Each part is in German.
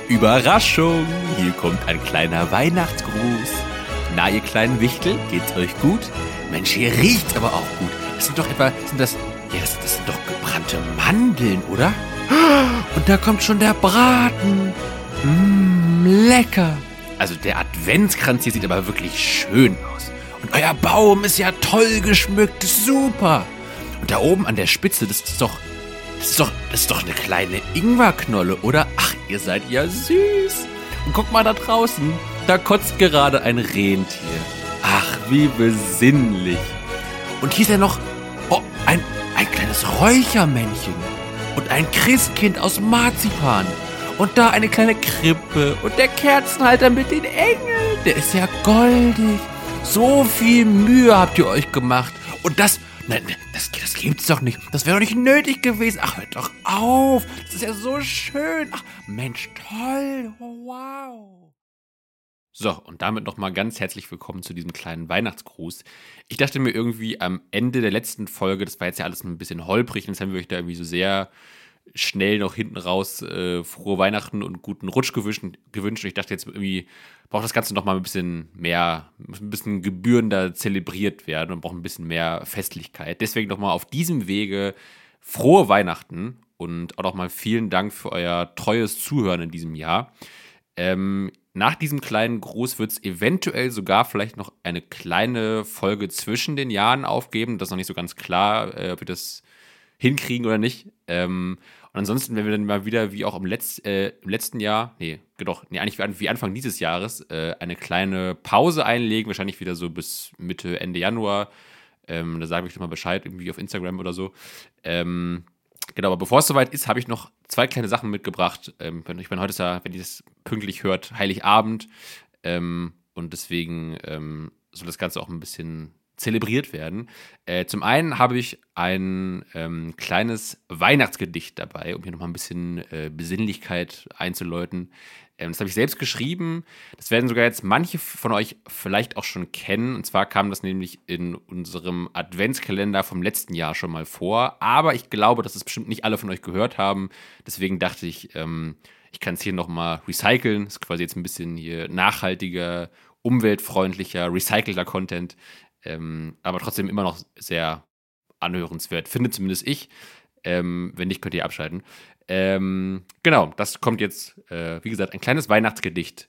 Überraschung! Hier kommt ein kleiner Weihnachtsgruß. Na, ihr kleinen Wichtel, geht's euch gut? Mensch, hier riecht's aber auch gut. Das sind doch das sind doch gebrannte Mandeln, oder? Und da kommt schon der Braten. Lecker. Also der Adventskranz hier sieht aber wirklich schön aus. Und euer Baum ist ja toll geschmückt, super. Und da oben an der Spitze, das ist doch eine kleine Ingwerknolle, oder? Ach, ihr seid ja süß. Und guck mal da draußen, da kotzt gerade ein Rentier. Ach, wie besinnlich. Und hier ist ja noch, ein kleines Räuchermännchen. Und ein Christkind aus Marzipan. Und da eine kleine Krippe. Und der Kerzenhalter mit den Engeln. Der ist ja goldig. So viel Mühe habt ihr euch gemacht. Und das gibt's doch nicht. Das wäre doch nicht nötig gewesen. Ach, hört doch auf. Das ist ja so schön. Ach, Mensch, toll. Wow. So, und damit nochmal ganz herzlich willkommen zu diesem kleinen Weihnachtsgruß. Ich dachte mir irgendwie am Ende der letzten Folge, das war jetzt ja alles ein bisschen holprig, und jetzt haben wir euch da irgendwie so sehr schnell noch hinten raus frohe Weihnachten und guten Rutsch gewünscht. Und ich dachte jetzt irgendwie, braucht das Ganze nochmal ein bisschen mehr, ein bisschen gebührender zelebriert werden und braucht ein bisschen mehr Festlichkeit. Deswegen nochmal auf diesem Wege frohe Weihnachten und auch nochmal vielen Dank für euer treues Zuhören in diesem Jahr. Nach diesem kleinen Gruß wird es eventuell sogar vielleicht noch eine kleine Folge zwischen den Jahren aufgeben. Das ist noch nicht so ganz klar, ob wir das hinkriegen oder nicht. Und ansonsten, wenn wir dann mal wieder, wie auch im letzten Jahr, eigentlich wie Anfang dieses Jahres, eine kleine Pause einlegen, wahrscheinlich wieder so bis Mitte, Ende Januar. Da sage ich mal Bescheid, irgendwie auf Instagram oder so. Genau, aber bevor es soweit ist, habe ich noch zwei kleine Sachen mitgebracht. Ich meine, heute ist ja, wenn ihr das pünktlich hört, Heiligabend. Und deswegen soll das Ganze auch ein bisschen zelebriert werden. Zum einen habe ich ein kleines Weihnachtsgedicht dabei, um hier nochmal ein bisschen Besinnlichkeit einzuläuten. Das habe ich selbst geschrieben. Das werden sogar jetzt manche von euch vielleicht auch schon kennen. Und zwar kam das nämlich in unserem Adventskalender vom letzten Jahr schon mal vor. Aber ich glaube, dass es bestimmt nicht alle von euch gehört haben. Deswegen dachte ich, ich kann es hier nochmal recyceln. Das ist quasi jetzt ein bisschen hier nachhaltiger, umweltfreundlicher, recycelter Content. Aber trotzdem immer noch sehr anhörenswert. Finde zumindest ich. Wenn nicht, könnt ihr abschalten. Genau, das kommt jetzt, wie gesagt, ein kleines Weihnachtsgedicht.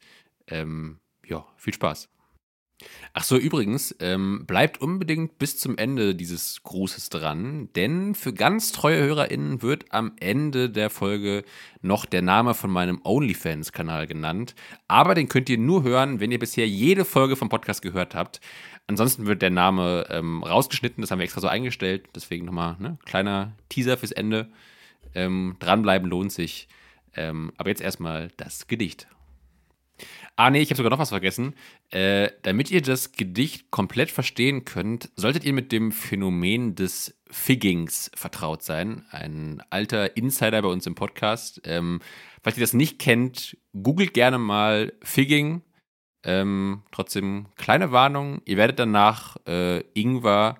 Viel Spaß. Ach so, übrigens, bleibt unbedingt bis zum Ende dieses Grußes dran, denn für ganz treue HörerInnen wird am Ende der Folge noch der Name von meinem OnlyFans-Kanal genannt. Aber den könnt ihr nur hören, wenn ihr bisher jede Folge vom Podcast gehört habt. Ansonsten wird der Name rausgeschnitten, das haben wir extra so eingestellt. Deswegen nochmal kleiner Teaser fürs Ende. Dranbleiben lohnt sich. Aber jetzt erstmal das Gedicht. Ah, nee, ich habe sogar noch was vergessen. Damit ihr das Gedicht komplett verstehen könnt, solltet ihr mit dem Phänomen des Figgings vertraut sein. Ein alter Insider bei uns im Podcast. Falls ihr das nicht kennt, googelt gerne mal Figging. Trotzdem kleine Warnung. Ihr werdet danach Ingwer,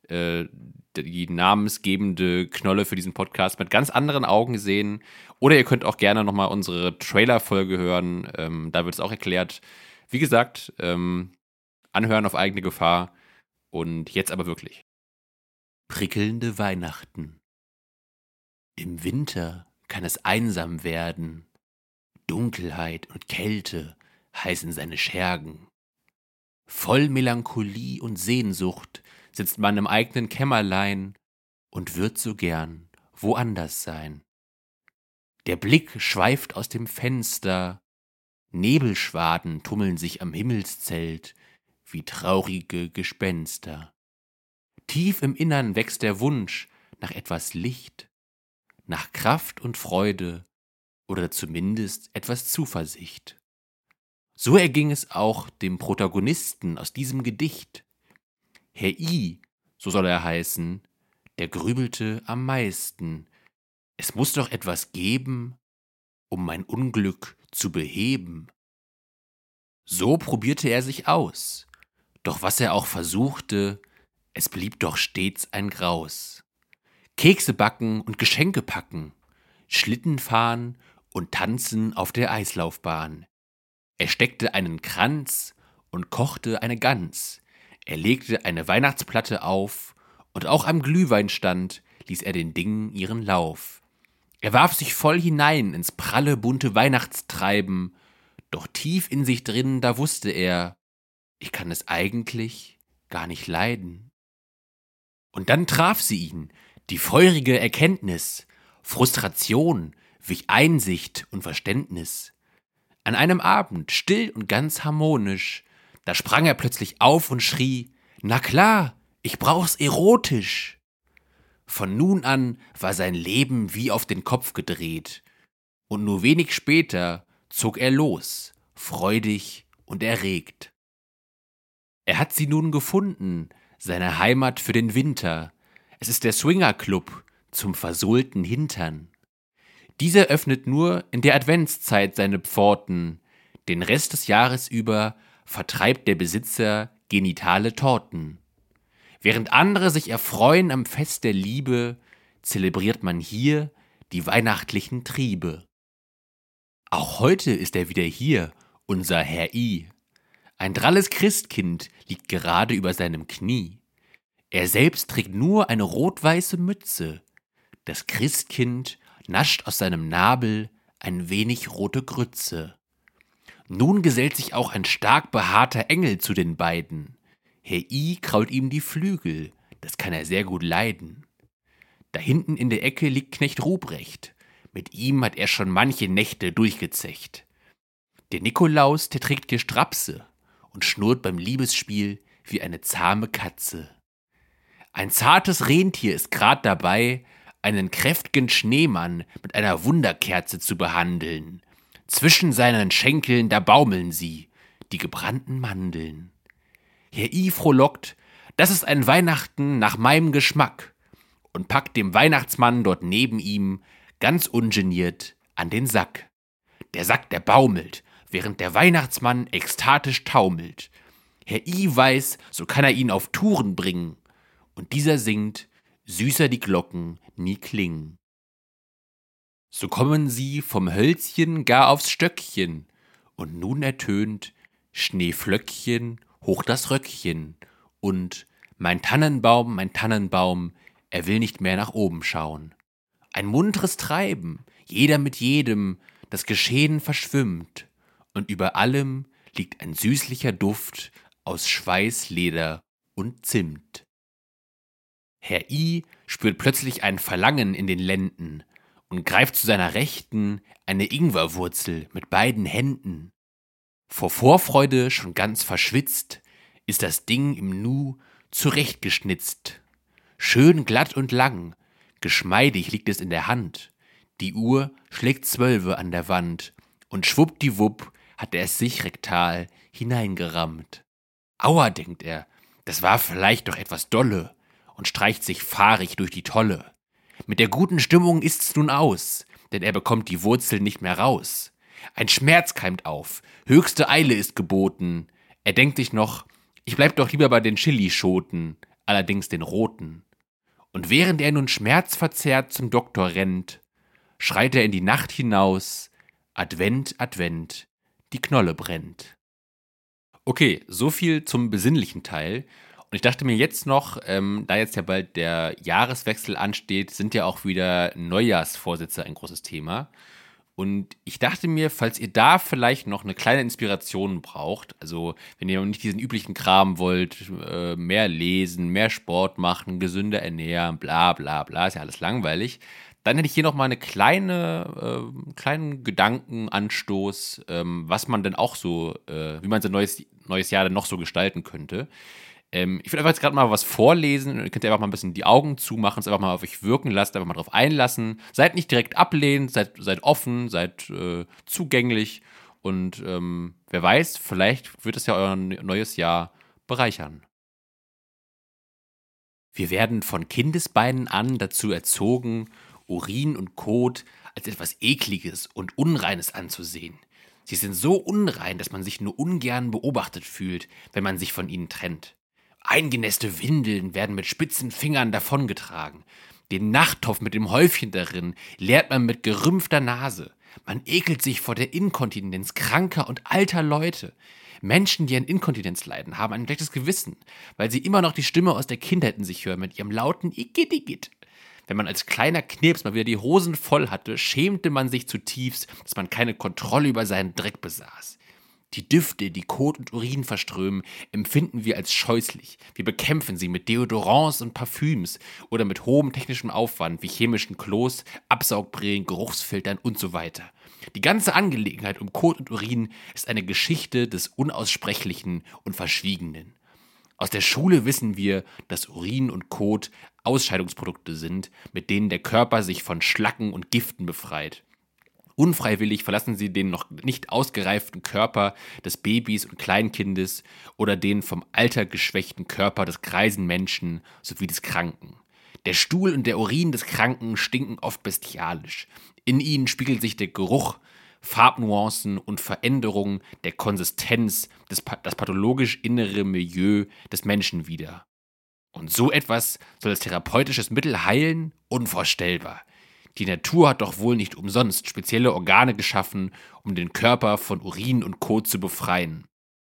die namensgebende Knolle für diesen Podcast, mit ganz anderen Augen sehen. Oder ihr könnt auch gerne nochmal unsere Trailer-Folge hören. Da wird es auch erklärt. Wie gesagt, anhören auf eigene Gefahr. Und jetzt aber wirklich. Prickelnde Weihnachten. Im Winter kann es einsam werden. Dunkelheit und Kälte heißen seine Schergen. Voll Melancholie und Sehnsucht sitzt man im eigenen Kämmerlein und wird so gern woanders sein. Der Blick schweift aus dem Fenster, Nebelschwaden tummeln sich am Himmelszelt wie traurige Gespenster. Tief im Innern wächst der Wunsch nach etwas Licht, nach Kraft und Freude oder zumindest etwas Zuversicht. So erging es auch dem Protagonisten aus diesem Gedicht. Herr I, so soll er heißen, der grübelte am meisten. Es muss doch etwas geben, um mein Unglück zu beheben. So probierte er sich aus, doch was er auch versuchte, es blieb doch stets ein Graus. Kekse backen und Geschenke packen, Schlitten fahren und tanzen auf der Eislaufbahn. Er steckte einen Kranz und kochte eine Gans. Er legte eine Weihnachtsplatte auf und auch am Glühweinstand ließ er den Dingen ihren Lauf. Er warf sich voll hinein ins pralle, bunte Weihnachtstreiben, doch tief in sich drin, da wusste er, ich kann es eigentlich gar nicht leiden. Und dann traf sie ihn, die feurige Erkenntnis, Frustration wich Einsicht und Verständnis. An einem Abend, still und ganz harmonisch, da sprang er plötzlich auf und schrie, na klar, ich brauch's erotisch. Von nun an war sein Leben wie auf den Kopf gedreht, und nur wenig später zog er los, freudig und erregt. Er hat sie nun gefunden, seine Heimat für den Winter. Es ist der Swingerclub zum versohlten Hintern. Dieser öffnet nur in der Adventszeit seine Pforten. Den Rest des Jahres über vertreibt der Besitzer genitale Torten. Während andere sich erfreuen am Fest der Liebe, zelebriert man hier die weihnachtlichen Triebe. Auch heute ist er wieder hier, unser Herr I. Ein dralles Christkind liegt gerade über seinem Knie. Er selbst trägt nur eine rot-weiße Mütze. Das Christkind nascht aus seinem Nabel ein wenig rote Grütze. Nun gesellt sich auch ein stark behaarter Engel zu den beiden. Herr I krault ihm die Flügel, das kann er sehr gut leiden. Da hinten in der Ecke liegt Knecht Ruprecht, mit ihm hat er schon manche Nächte durchgezecht. Der Nikolaus, der trägt Gestrapse und schnurrt beim Liebesspiel wie eine zahme Katze. Ein zartes Rentier ist grad dabei, einen kräft'gen Schneemann mit einer Wunderkerze zu behandeln. Zwischen seinen Schenkeln, da baumeln sie, die gebrannten Mandeln. Herr I frohlockt, das ist ein Weihnachten nach meinem Geschmack, und packt dem Weihnachtsmann dort neben ihm ganz ungeniert an den Sack. Der Sack, der baumelt, während der Weihnachtsmann ekstatisch taumelt. Herr I weiß, so kann er ihn auf Touren bringen, und dieser singt, süßer die Glocken nie klingen. So kommen sie vom Hölzchen gar aufs Stöckchen, und nun ertönt Schneeflöckchen hoch das Röckchen, und mein Tannenbaum, er will nicht mehr nach oben schauen. Ein munteres Treiben, jeder mit jedem, das Geschehen verschwimmt, und über allem liegt ein süßlicher Duft aus Schweiß, Leder und Zimt. Herr I spürt plötzlich ein Verlangen in den Lenden und greift zu seiner Rechten eine Ingwerwurzel mit beiden Händen. Vor Vorfreude schon ganz verschwitzt, ist das Ding im Nu zurechtgeschnitzt. Schön glatt und lang, geschmeidig liegt es in der Hand. Die Uhr schlägt 12 an der Wand, und schwuppdiwupp hat er es sich rektal hineingerammt. Aua, denkt er, das war vielleicht doch etwas dolle, und streicht sich fahrig durch die Tolle. Mit der guten Stimmung ist's nun aus, denn er bekommt die Wurzel nicht mehr raus. Ein Schmerz keimt auf, höchste Eile ist geboten. Er denkt sich noch, ich bleib doch lieber bei den Chilischoten, allerdings den roten. Und während er nun schmerzverzerrt zum Doktor rennt, schreit er in die Nacht hinaus, Advent, Advent, die Knolle brennt. Okay, so viel zum besinnlichen Teil. Und ich dachte mir jetzt noch, da jetzt ja bald der Jahreswechsel ansteht, sind ja auch wieder Neujahrsvorsätze ein großes Thema. Und ich dachte mir, falls ihr da vielleicht noch eine kleine Inspiration braucht, also wenn ihr nicht diesen üblichen Kram wollt, mehr lesen, mehr Sport machen, gesünder ernähren, bla bla bla, ist ja alles langweilig, dann hätte ich hier noch mal eine kleinen Gedankenanstoß, was man denn auch so, wie man sein neues Jahr dann noch so gestalten könnte. Ich würde einfach jetzt gerade mal was vorlesen und ihr könnt einfach mal ein bisschen die Augen zumachen, es einfach mal auf euch wirken lassen, einfach mal drauf einlassen. Seid nicht direkt ablehnend, seid offen, seid zugänglich und wer weiß, vielleicht wird es ja euer neues Jahr bereichern. Wir werden von Kindesbeinen an dazu erzogen, Urin und Kot als etwas Ekliges und Unreines anzusehen. Sie sind so unrein, dass man sich nur ungern beobachtet fühlt, wenn man sich von ihnen trennt. Eingenässte Windeln werden mit spitzen Fingern davongetragen. Den Nachttopf mit dem Häufchen darin leert man mit gerümpfter Nase. Man ekelt sich vor der Inkontinenz kranker und alter Leute. Menschen, die an Inkontinenz leiden, haben ein schlechtes Gewissen, weil sie immer noch die Stimme aus der Kindheit in sich hören mit ihrem lauten Igitt, Igitt. Wenn man als kleiner Knirps mal wieder die Hosen voll hatte, schämte man sich zutiefst, dass man keine Kontrolle über seinen Dreck besaß. Die Düfte, die Kot und Urin verströmen, empfinden wir als scheußlich. Wir bekämpfen sie mit Deodorants und Parfüms oder mit hohem technischem Aufwand wie chemischen Klos, Absaugbrillen, Geruchsfiltern und so weiter. Die ganze Angelegenheit um Kot und Urin ist eine Geschichte des Unaussprechlichen und Verschwiegenen. Aus der Schule wissen wir, dass Urin und Kot Ausscheidungsprodukte sind, mit denen der Körper sich von Schlacken und Giften befreit. Unfreiwillig verlassen sie den noch nicht ausgereiften Körper des Babys und Kleinkindes oder den vom Alter geschwächten Körper des greisen Menschen sowie des Kranken. Der Stuhl und der Urin des Kranken stinken oft bestialisch. In ihnen spiegelt sich der Geruch, Farbnuancen und Veränderungen der Konsistenz, das pathologisch innere Milieu des Menschen wider. Und so etwas soll als therapeutisches Mittel heilen? Unvorstellbar. Die Natur hat doch wohl nicht umsonst spezielle Organe geschaffen, um den Körper von Urin und Kot zu befreien.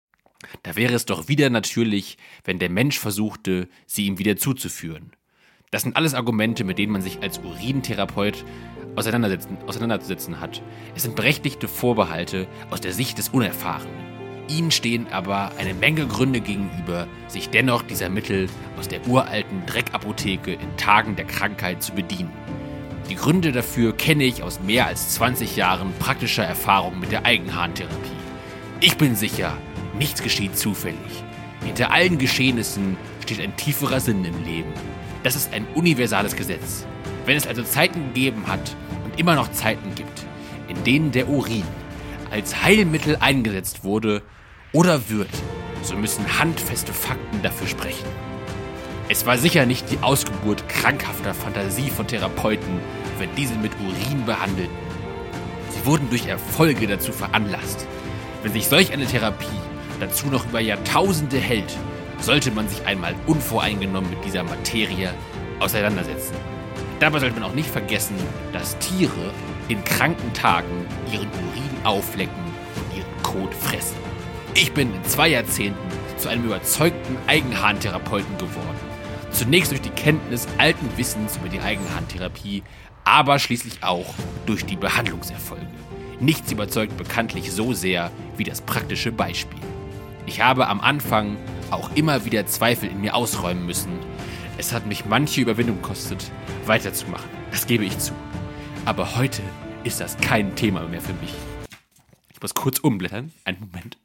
Da wäre es doch wieder natürlich, wenn der Mensch versuchte, sie ihm wieder zuzuführen. Das sind alles Argumente, mit denen man sich als Urintherapeut auseinanderzusetzen hat. Es sind berechtigte Vorbehalte aus der Sicht des Unerfahrenen. Ihnen stehen aber eine Menge Gründe gegenüber, sich dennoch dieser Mittel aus der uralten Dreckapotheke in Tagen der Krankheit zu bedienen. Die Gründe dafür kenne ich aus mehr als 20 Jahren praktischer Erfahrung mit der Eigenharntherapie. Ich bin sicher, nichts geschieht zufällig. Hinter allen Geschehnissen steht ein tieferer Sinn im Leben. Das ist ein universales Gesetz. Wenn es also Zeiten gegeben hat und immer noch Zeiten gibt, in denen der Urin als Heilmittel eingesetzt wurde oder wird, so müssen handfeste Fakten dafür sprechen. Es war sicher nicht die Ausgeburt krankhafter Fantasie von Therapeuten, wenn diese mit Urin behandelten. Sie wurden durch Erfolge dazu veranlasst. Wenn sich solch eine Therapie dazu noch über Jahrtausende hält, sollte man sich einmal unvoreingenommen mit dieser Materie auseinandersetzen. Dabei sollte man auch nicht vergessen, dass Tiere in kranken Tagen ihren Urin aufflecken und ihren Kot fressen. Ich bin in 2 Jahrzehnten zu einem überzeugten Eigenharntherapeuten geworden. Zunächst durch die Kenntnis alten Wissens über die Eigenharntherapie, aber schließlich auch durch die Behandlungserfolge. Nichts überzeugt bekanntlich so sehr wie das praktische Beispiel. Ich habe am Anfang auch immer wieder Zweifel in mir ausräumen müssen. Es hat mich manche Überwindung gekostet, weiterzumachen. Das gebe ich zu. Aber heute ist das kein Thema mehr für mich. Ich muss kurz umblättern. Einen Moment.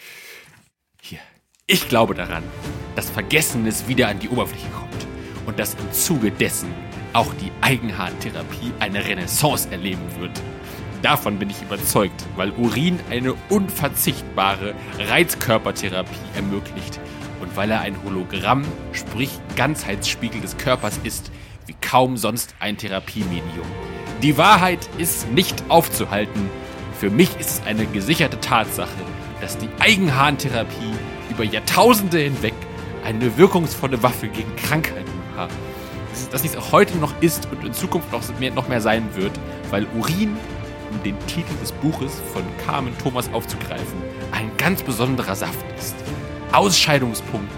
Hier. Ich glaube daran, dass Vergessenes wieder an die Oberfläche kommt und dass im Zuge dessen auch die Eigenharntherapie eine Renaissance erleben wird. Davon bin ich überzeugt, weil Urin eine unverzichtbare Reizkörpertherapie ermöglicht und weil er ein Hologramm, sprich Ganzheitsspiegel des Körpers ist, wie kaum sonst ein Therapiemedium. Die Wahrheit ist nicht aufzuhalten. Für mich ist es eine gesicherte Tatsache, dass die Eigenharntherapie über Jahrtausende hinweg eine wirkungsvolle Waffe gegen Krankheiten war. Dass dies auch heute noch ist und in Zukunft noch mehr sein wird, weil Urin, um den Titel des Buches von Carmen Thomas aufzugreifen, ein ganz besonderer Saft ist. Ausscheidungsprodukt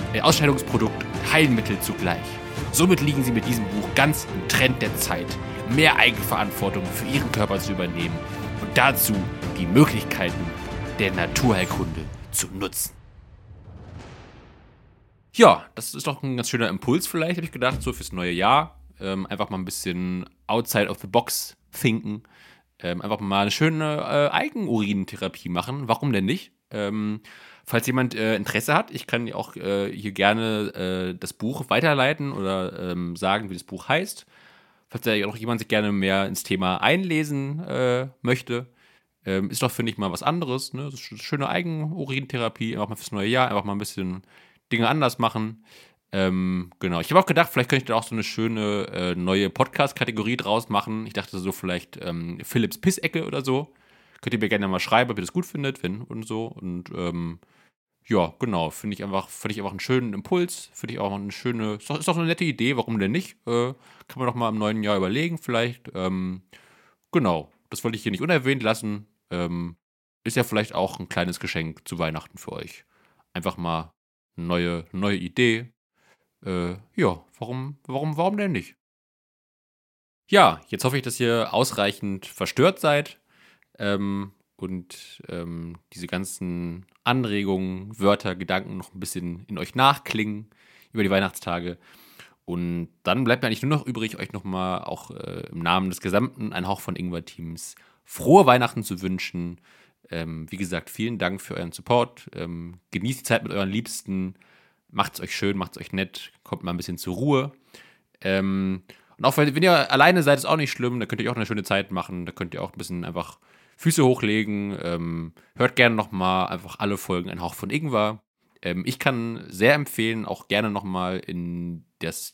und Heilmittel zugleich. Somit liegen sie mit diesem Buch ganz im Trend der Zeit, mehr Eigenverantwortung für ihren Körper zu übernehmen und dazu die Möglichkeiten der Naturheilkunde zu nutzen. Ja, das ist doch ein ganz schöner Impuls vielleicht, habe ich gedacht, so fürs neue Jahr. Einfach mal ein bisschen outside of the box thinken. Einfach mal eine schöne Eigenurintherapie machen. Warum denn nicht? Falls jemand Interesse hat, ich kann auch hier gerne das Buch weiterleiten oder sagen, wie das Buch heißt. Falls da auch jemand sich gerne mehr ins Thema einlesen möchte. Ist doch, finde ich, mal was anderes. Ne? Das ist eine schöne Eigenurintherapie, einfach mal fürs neue Jahr, einfach mal ein bisschen Dinge anders machen. Genau. Ich habe auch gedacht, vielleicht könnte ich da auch so eine schöne neue Podcast-Kategorie draus machen. Ich dachte so vielleicht Philipps Pissecke oder so. Könnt ihr mir gerne mal schreiben, ob ihr das gut findet, wenn und so. Und ja, genau. Fand ich einfach einen schönen Impuls. Finde ich auch eine schöne, ist doch eine nette Idee, warum denn nicht? Kann man doch mal im neuen Jahr überlegen, vielleicht. Genau. das wollte ich hier nicht unerwähnt lassen. Ist ja vielleicht auch ein kleines Geschenk zu Weihnachten für euch. Einfach mal eine neue Idee. Ja, warum denn nicht? Ja, jetzt hoffe ich, dass ihr ausreichend verstört seid und diese ganzen Anregungen, Wörter, Gedanken noch ein bisschen in euch nachklingen über die Weihnachtstage. Und dann bleibt mir eigentlich nur noch übrig, euch nochmal auch im Namen des gesamten Ein Hauch von Ingwer-Teams frohe Weihnachten zu wünschen. Wie gesagt, vielen Dank für euren Support. Genießt die Zeit mit euren Liebsten. Macht's euch schön, macht's euch nett. Kommt mal ein bisschen zur Ruhe. Und auch wenn ihr alleine seid, ist auch nicht schlimm. Da könnt ihr auch eine schöne Zeit machen. Da könnt ihr auch ein bisschen einfach Füße hochlegen. Hört gerne nochmal einfach alle Folgen Ein Hauch von Ingwer. Ich kann sehr empfehlen, auch gerne nochmal in das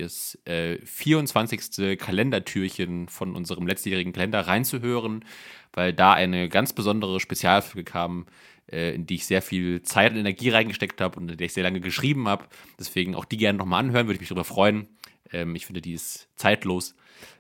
24. Kalendertürchen von unserem letztjährigen Kalender reinzuhören, weil da eine ganz besondere Spezialfolge kam, in die ich sehr viel Zeit und Energie reingesteckt habe und in der ich sehr lange geschrieben habe. Deswegen auch die gerne nochmal anhören, würde ich mich darüber freuen. Ich finde, die ist zeitlos.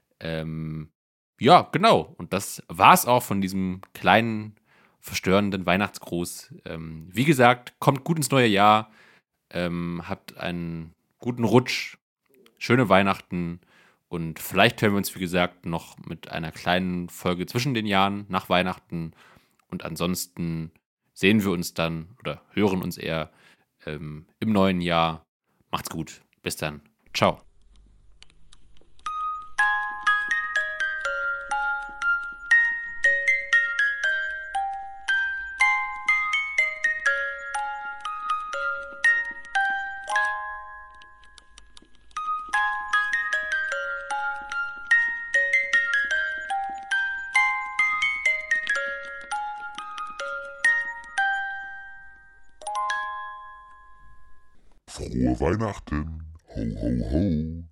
Ja, genau. Und das war's auch von diesem kleinen, verstörenden Weihnachtsgruß. Wie gesagt, kommt gut ins neue Jahr. Habt einen guten Rutsch, schöne Weihnachten und vielleicht hören wir uns, wie gesagt, noch mit einer kleinen Folge zwischen den Jahren nach Weihnachten und ansonsten sehen wir uns dann oder hören uns eher im neuen Jahr. Macht's gut. Bis dann. Ciao. Frohe Weihnachten. Ho, ho, ho.